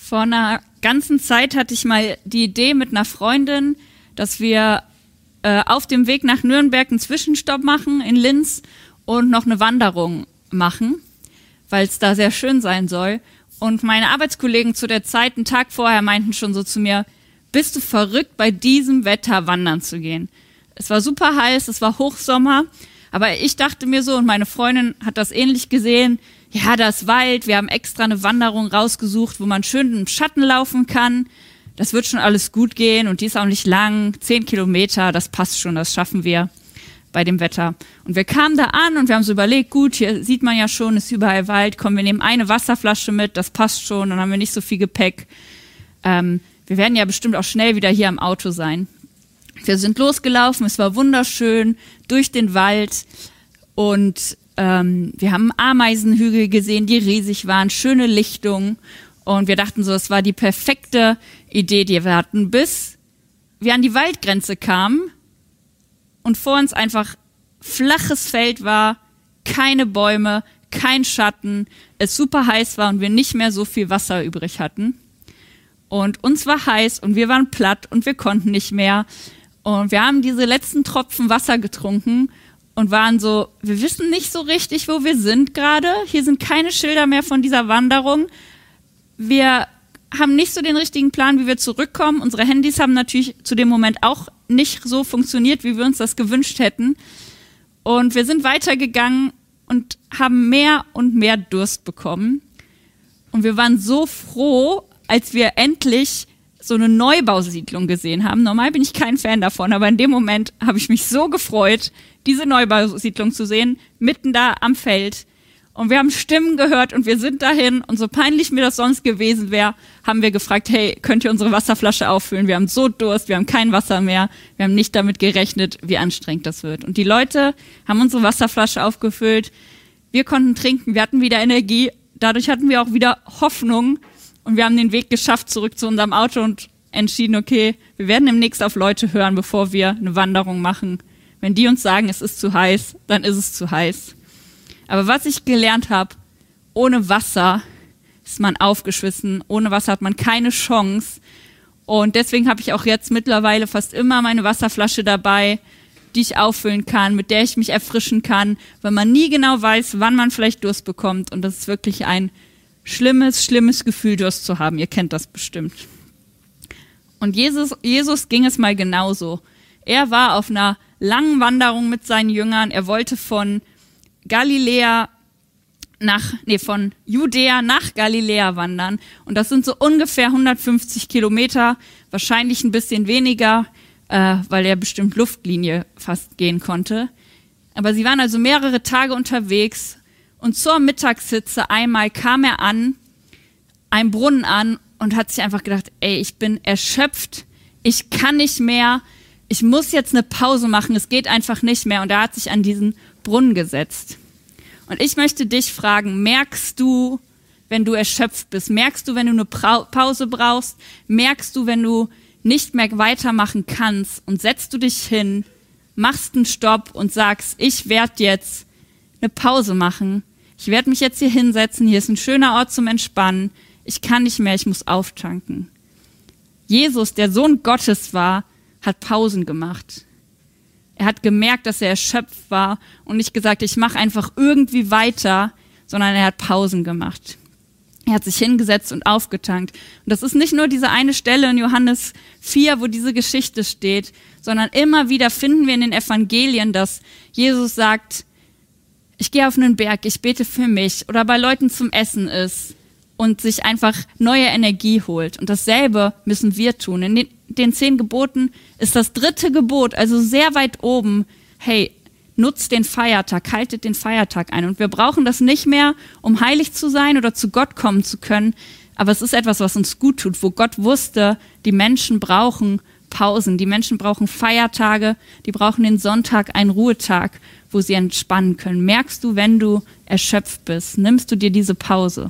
Vor einer ganzen Zeit hatte ich mal die Idee mit einer Freundin, dass wir auf dem Weg nach Nürnberg einen Zwischenstopp machen in Linz und noch eine Wanderung machen, weil es da sehr schön sein soll. Und meine Arbeitskollegen zu der Zeit, einen Tag vorher, meinten schon so zu mir, bist du verrückt, bei diesem Wetter wandern zu gehen? Es war super heiß, es war Hochsommer, aber ich dachte mir so, und meine Freundin hat das ähnlich gesehen, ja, da ist Wald, wir haben extra eine Wanderung rausgesucht, wo man schön im Schatten laufen kann. Das wird schon alles gut gehen und die ist auch nicht lang, 10 Kilometer, das passt schon, das schaffen wir bei dem Wetter. Und wir kamen da an und wir haben so überlegt, gut, hier sieht man ja schon, ist überall Wald, komm, wir nehmen eine Wasserflasche mit, das passt schon, dann haben wir nicht so viel Gepäck. Wir werden ja bestimmt auch schnell wieder hier am Auto sein. Wir sind losgelaufen, es war wunderschön, durch den Wald und wir haben Ameisenhügel gesehen, die riesig waren, schöne Lichtung. Und wir dachten so, es war die perfekte Idee, die wir hatten, bis wir an die Waldgrenze kamen und vor uns einfach flaches Feld war, keine Bäume, kein Schatten, es super heiß war und wir nicht mehr so viel Wasser übrig hatten. Und uns war heiß und wir waren platt und wir konnten nicht mehr. Und wir haben diese letzten Tropfen Wasser getrunken und waren so, wir wissen nicht so richtig, wo wir sind gerade. Hier sind keine Schilder mehr von dieser Wanderung. Wir haben nicht so den richtigen Plan, wie wir zurückkommen. Unsere Handys haben natürlich zu dem Moment auch nicht so funktioniert, wie wir uns das gewünscht hätten. Und wir sind weitergegangen und haben mehr und mehr Durst bekommen. Und wir waren so froh, als wir endlich so eine Neubausiedlung gesehen haben. Normal bin ich kein Fan davon, aber in dem Moment habe ich mich so gefreut, diese Neubausiedlung zu sehen, mitten da am Feld. Und wir haben Stimmen gehört und wir sind dahin. Und so peinlich mir das sonst gewesen wäre, haben wir gefragt, hey, könnt ihr unsere Wasserflasche auffüllen? Wir haben so Durst, wir haben kein Wasser mehr. Wir haben nicht damit gerechnet, wie anstrengend das wird. Und die Leute haben unsere Wasserflasche aufgefüllt. Wir konnten trinken, wir hatten wieder Energie. Dadurch hatten wir auch wieder Hoffnung. Und wir haben den Weg geschafft zurück zu unserem Auto und entschieden, okay, wir werden demnächst auf Leute hören, bevor wir eine Wanderung machen. Wenn die uns sagen, es ist zu heiß, dann ist es zu heiß. Aber was ich gelernt habe, ohne Wasser ist man aufgeschmissen, ohne Wasser hat man keine Chance. Und deswegen habe ich auch jetzt mittlerweile fast immer meine Wasserflasche dabei, die ich auffüllen kann, mit der ich mich erfrischen kann, weil man nie genau weiß, wann man vielleicht Durst bekommt. Und das ist wirklich ein schlimmes Gefühl, Durst zu haben. Ihr kennt das bestimmt. Und Jesus ging es mal genauso. Er war auf einer langen Wanderung mit seinen Jüngern. Er wollte von Judäa nach Galiläa wandern. Und das sind so ungefähr 150 Kilometer, wahrscheinlich ein bisschen weniger, weil er bestimmt Luftlinie fast gehen konnte. Aber sie waren also mehrere Tage unterwegs und zur Mittagshitze einmal kam er an einem Brunnen an und hat sich einfach gedacht, ey, ich bin erschöpft, ich kann nicht mehr, ich muss jetzt eine Pause machen, es geht einfach nicht mehr. Und er hat sich an diesen Brunnen gesetzt. Und ich möchte dich fragen, merkst du, wenn du erschöpft bist? Merkst du, wenn du eine Pause brauchst? Merkst du, wenn du nicht mehr weitermachen kannst? Und setzt du dich hin, machst einen Stopp und sagst, ich werde jetzt eine Pause machen. Ich werde mich jetzt hier hinsetzen, hier ist ein schöner Ort zum Entspannen. Ich kann nicht mehr, ich muss auftanken. Jesus, der Sohn Gottes war, hat Pausen gemacht. Er hat gemerkt, dass er erschöpft war und nicht gesagt, ich mache einfach irgendwie weiter, sondern er hat Pausen gemacht. Er hat sich hingesetzt und aufgetankt. Und das ist nicht nur diese eine Stelle in Johannes 4, wo diese Geschichte steht, sondern immer wieder finden wir in den Evangelien, dass Jesus sagt, ich gehe auf einen Berg, ich bete für mich oder bei Leuten zum Essen ist und sich einfach neue Energie holt. Und dasselbe müssen wir tun. In den 10 Geboten ist das 3. Gebot, also sehr weit oben, hey, nutzt den Feiertag, haltet den Feiertag ein. Und wir brauchen das nicht mehr, um heilig zu sein oder zu Gott kommen zu können, aber es ist etwas, was uns gut tut, wo Gott wusste, die Menschen brauchen Pausen, die Menschen brauchen Feiertage, die brauchen den Sonntag, einen Ruhetag, wo sie entspannen können. Merkst du, wenn du erschöpft bist, nimmst du dir diese Pause?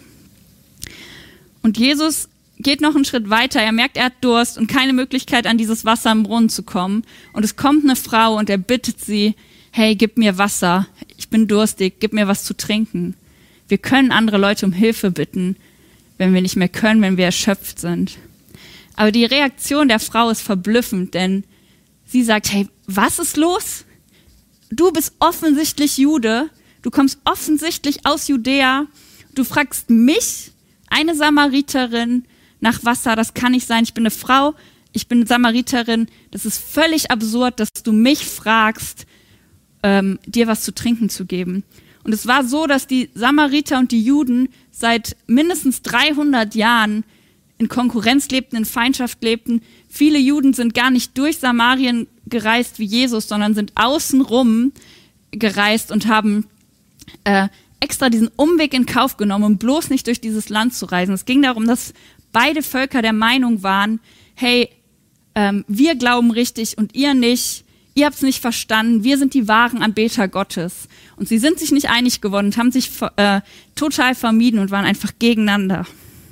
Und Jesus geht noch einen Schritt weiter. Er merkt, er hat Durst und keine Möglichkeit, an dieses Wasser im Brunnen zu kommen. Und es kommt eine Frau und er bittet sie, hey, gib mir Wasser, ich bin durstig, gib mir was zu trinken. Wir können andere Leute um Hilfe bitten. wenn wir nicht mehr können, wenn wir erschöpft sind. Aber die Reaktion der Frau ist verblüffend, denn sie sagt, hey, was ist los? Du bist offensichtlich Jude, du kommst offensichtlich aus Judäa, du fragst mich, eine Samariterin, nach Wasser, das kann nicht sein, ich bin eine Frau, ich bin eine Samariterin, das ist völlig absurd, dass du mich fragst, dir was zu trinken zu geben. Und es war so, dass die Samariter und die Juden seit mindestens 300 Jahren in Konkurrenz lebten, in Feindschaft lebten. Viele Juden sind gar nicht durch Samarien gereist wie Jesus, sondern sind außenrum gereist und haben extra diesen Umweg in Kauf genommen, um bloß nicht durch dieses Land zu reisen. Es ging darum, dass beide Völker der Meinung waren, hey, wir glauben richtig und ihr nicht, ihr habt es nicht verstanden, wir sind die wahren Anbeter Gottes. Und sie sind sich nicht einig geworden und haben sich total vermieden und waren einfach gegeneinander.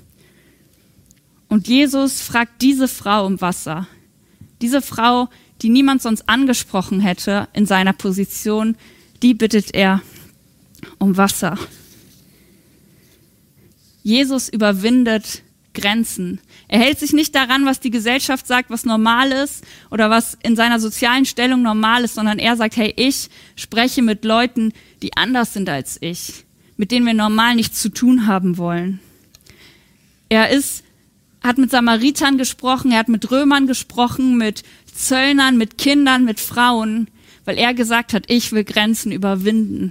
Und Jesus fragt diese Frau um Wasser. Diese Frau, die niemand sonst angesprochen hätte in seiner Position, die bittet er um Wasser. Jesus überwindet Grenzen. Er hält sich nicht daran, was die Gesellschaft sagt, was normal ist oder was in seiner sozialen Stellung normal ist, sondern er sagt, hey, ich spreche mit Leuten, die anders sind als ich, mit denen wir normal nichts zu tun haben wollen. Er hat mit Samaritern gesprochen, er hat mit Römern gesprochen, mit Zöllnern, mit Kindern, mit Frauen, weil er gesagt hat, ich will Grenzen überwinden.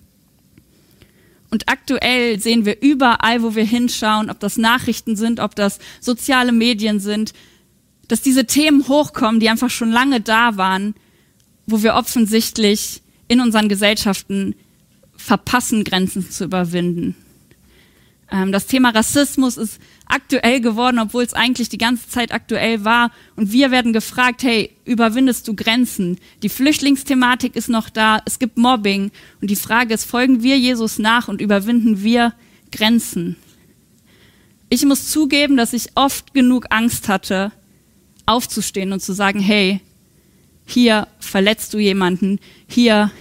Und aktuell sehen wir überall, wo wir hinschauen, ob das Nachrichten sind, ob das soziale Medien sind, dass diese Themen hochkommen, die einfach schon lange da waren, wo wir offensichtlich in unseren Gesellschaften verpassen, Grenzen zu überwinden. Das Thema Rassismus ist aktuell geworden, obwohl es eigentlich die ganze Zeit aktuell war. Und wir werden gefragt, hey, überwindest du Grenzen? Die Flüchtlingsthematik ist noch da, es gibt Mobbing. Und die Frage ist, folgen wir Jesus nach und überwinden wir Grenzen? Ich muss zugeben, dass ich oft genug Angst hatte, aufzustehen und zu sagen, hey, hier verletzt du jemanden, hier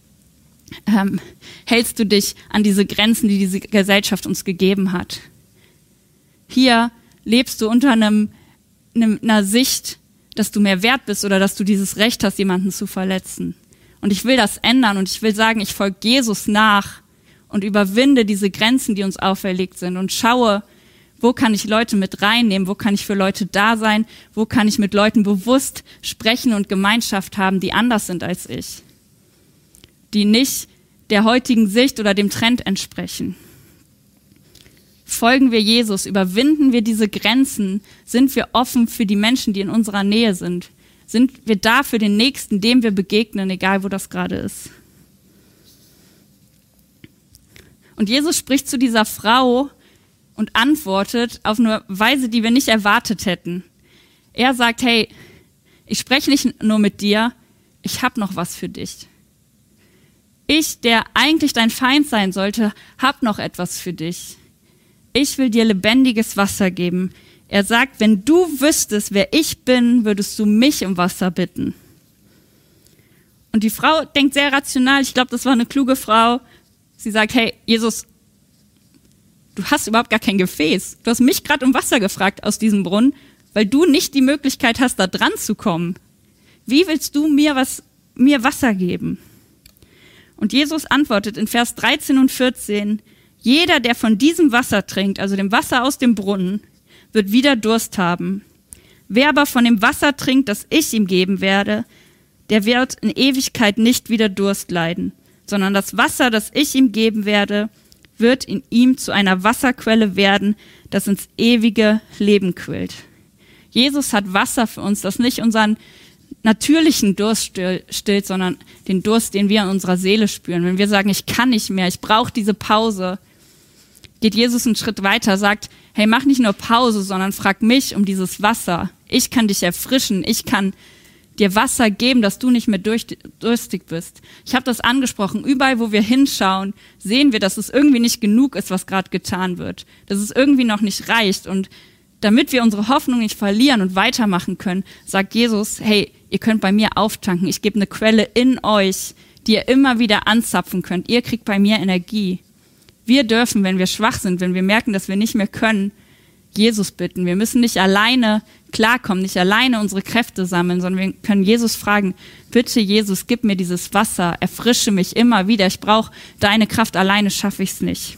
hältst du dich an diese Grenzen, die diese Gesellschaft uns gegeben hat. Hier lebst du unter einer Sicht, dass du mehr wert bist oder dass du dieses Recht hast, jemanden zu verletzen. Und ich will das ändern und ich will sagen, ich folge Jesus nach und überwinde diese Grenzen, die uns auferlegt sind und schaue, wo kann ich Leute mit reinnehmen, wo kann ich für Leute da sein, wo kann ich mit Leuten bewusst sprechen und Gemeinschaft haben, die anders sind als ich, die nicht der heutigen Sicht oder dem Trend entsprechen. Folgen wir Jesus, überwinden wir diese Grenzen, sind wir offen für die Menschen, die in unserer Nähe sind, sind wir da für den Nächsten, dem wir begegnen, egal wo das gerade ist. Und Jesus spricht zu dieser Frau und antwortet auf eine Weise, die wir nicht erwartet hätten. Er sagt, hey, ich spreche nicht nur mit dir, ich habe noch was für dich. Ich, der eigentlich dein Feind sein sollte, habe noch etwas für dich. Ich will dir lebendiges Wasser geben. Er sagt, wenn du wüsstest, wer ich bin, würdest du mich um Wasser bitten. Und die Frau denkt sehr rational, ich glaube, das war eine kluge Frau. Sie sagt, hey, Jesus, du hast überhaupt gar kein Gefäß. Du hast mich gerade um Wasser gefragt aus diesem Brunnen, weil du nicht die Möglichkeit hast, da dran zu kommen. Wie willst du mir Wasser geben? Und Jesus antwortet in Vers 13 und 14, jeder, der von diesem Wasser trinkt, also dem Wasser aus dem Brunnen, wird wieder Durst haben. Wer aber von dem Wasser trinkt, das ich ihm geben werde, der wird in Ewigkeit nicht wieder Durst leiden, sondern das Wasser, das ich ihm geben werde, wird in ihm zu einer Wasserquelle werden, das ins ewige Leben quillt. Jesus hat Wasser für uns, das nicht unseren natürlichen Durst stillt, sondern den Durst, den wir in unserer Seele spüren. Wenn wir sagen, ich kann nicht mehr, ich brauche diese Pause, geht Jesus einen Schritt weiter, sagt, hey, mach nicht nur Pause, sondern frag mich um dieses Wasser. Ich kann dich erfrischen, ich kann dir Wasser geben, dass du nicht mehr durstig bist. Ich habe das angesprochen, überall, wo wir hinschauen, sehen wir, dass es irgendwie nicht genug ist, was gerade getan wird, dass es irgendwie noch nicht reicht. Und damit wir unsere Hoffnung nicht verlieren und weitermachen können, sagt Jesus, hey, ihr könnt bei mir auftanken. Ich gebe eine Quelle in euch, die ihr immer wieder anzapfen könnt. Ihr kriegt bei mir Energie. Wir dürfen, wenn wir schwach sind, wenn wir merken, dass wir nicht mehr können, Jesus bitten. Wir müssen nicht alleine klarkommen, nicht alleine unsere Kräfte sammeln, sondern wir können Jesus fragen, bitte Jesus, gib mir dieses Wasser, erfrische mich immer wieder. Ich brauche deine Kraft, alleine schaffe ich es nicht.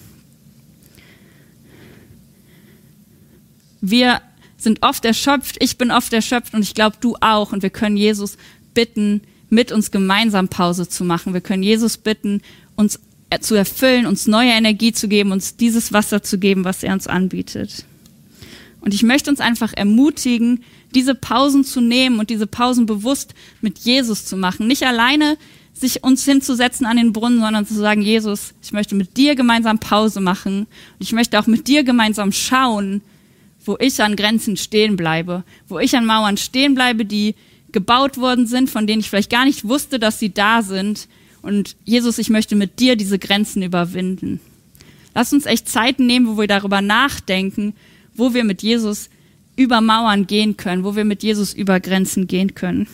Wir sind oft erschöpft, ich bin oft erschöpft und ich glaube, du auch. Und wir können Jesus bitten, mit uns gemeinsam Pause zu machen. Wir können Jesus bitten, uns zu erfüllen, uns neue Energie zu geben, uns dieses Wasser zu geben, was er uns anbietet. Und ich möchte uns einfach ermutigen, diese Pausen zu nehmen und diese Pausen bewusst mit Jesus zu machen. Nicht alleine sich uns hinzusetzen an den Brunnen, sondern zu sagen, Jesus, ich möchte mit dir gemeinsam Pause machen. Und ich möchte auch mit dir gemeinsam schauen, wo ich an Grenzen stehen bleibe, wo ich an Mauern stehen bleibe, die gebaut worden sind, von denen ich vielleicht gar nicht wusste, dass sie da sind. Und Jesus, ich möchte mit dir diese Grenzen überwinden. Lass uns echt Zeiten nehmen, wo wir darüber nachdenken, wo wir mit Jesus über Mauern gehen können, wo wir mit Jesus über Grenzen gehen können.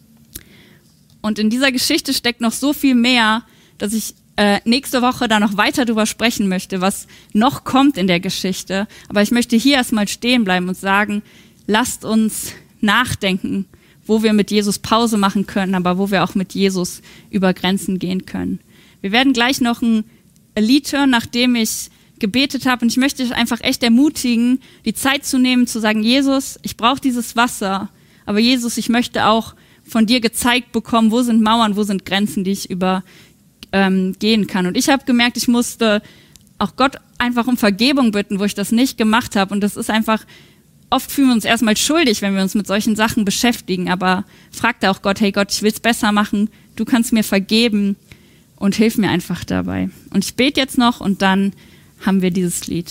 Und in dieser Geschichte steckt noch so viel mehr, dass ich nächste Woche da noch weiter drüber sprechen möchte, was noch kommt in der Geschichte. Aber ich möchte hier erstmal stehen bleiben und sagen, lasst uns nachdenken, wo wir mit Jesus Pause machen können, aber wo wir auch mit Jesus über Grenzen gehen können. Wir werden gleich noch ein Lied hören, nachdem ich gebetet habe. Und ich möchte dich einfach echt ermutigen, die Zeit zu nehmen, zu sagen, Jesus, ich brauche dieses Wasser. Aber Jesus, ich möchte auch von dir gezeigt bekommen, wo sind Mauern, wo sind Grenzen, die ich übergehen kann. Und ich habe gemerkt, ich musste auch Gott einfach um Vergebung bitten, wo ich das nicht gemacht habe. Und das ist einfach, oft fühlen wir uns erstmal schuldig, wenn wir uns mit solchen Sachen beschäftigen. Aber frag da auch Gott, hey Gott, ich will es besser machen. Du kannst mir vergeben und hilf mir einfach dabei. Und ich bete jetzt noch und dann haben wir dieses Lied.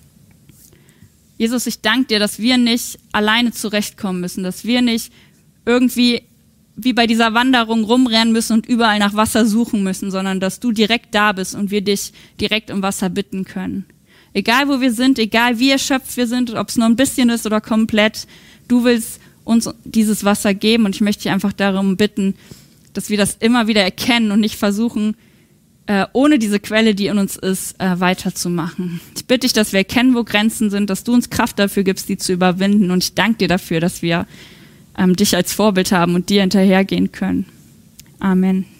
Jesus, ich danke dir, dass wir nicht alleine zurechtkommen müssen, dass wir nicht irgendwie wie bei dieser Wanderung rumrennen müssen und überall nach Wasser suchen müssen, sondern dass du direkt da bist und wir dich direkt um Wasser bitten können. Egal wo wir sind, egal wie erschöpft wir sind, ob es nur ein bisschen ist oder komplett, du willst uns dieses Wasser geben und ich möchte dich einfach darum bitten, dass wir das immer wieder erkennen und nicht versuchen, ohne diese Quelle, die in uns ist, weiterzumachen. Ich bitte dich, dass wir erkennen, wo Grenzen sind, dass du uns Kraft dafür gibst, die zu überwinden. Und ich danke dir dafür, dass wir dich als Vorbild haben und dir hinterhergehen können. Amen.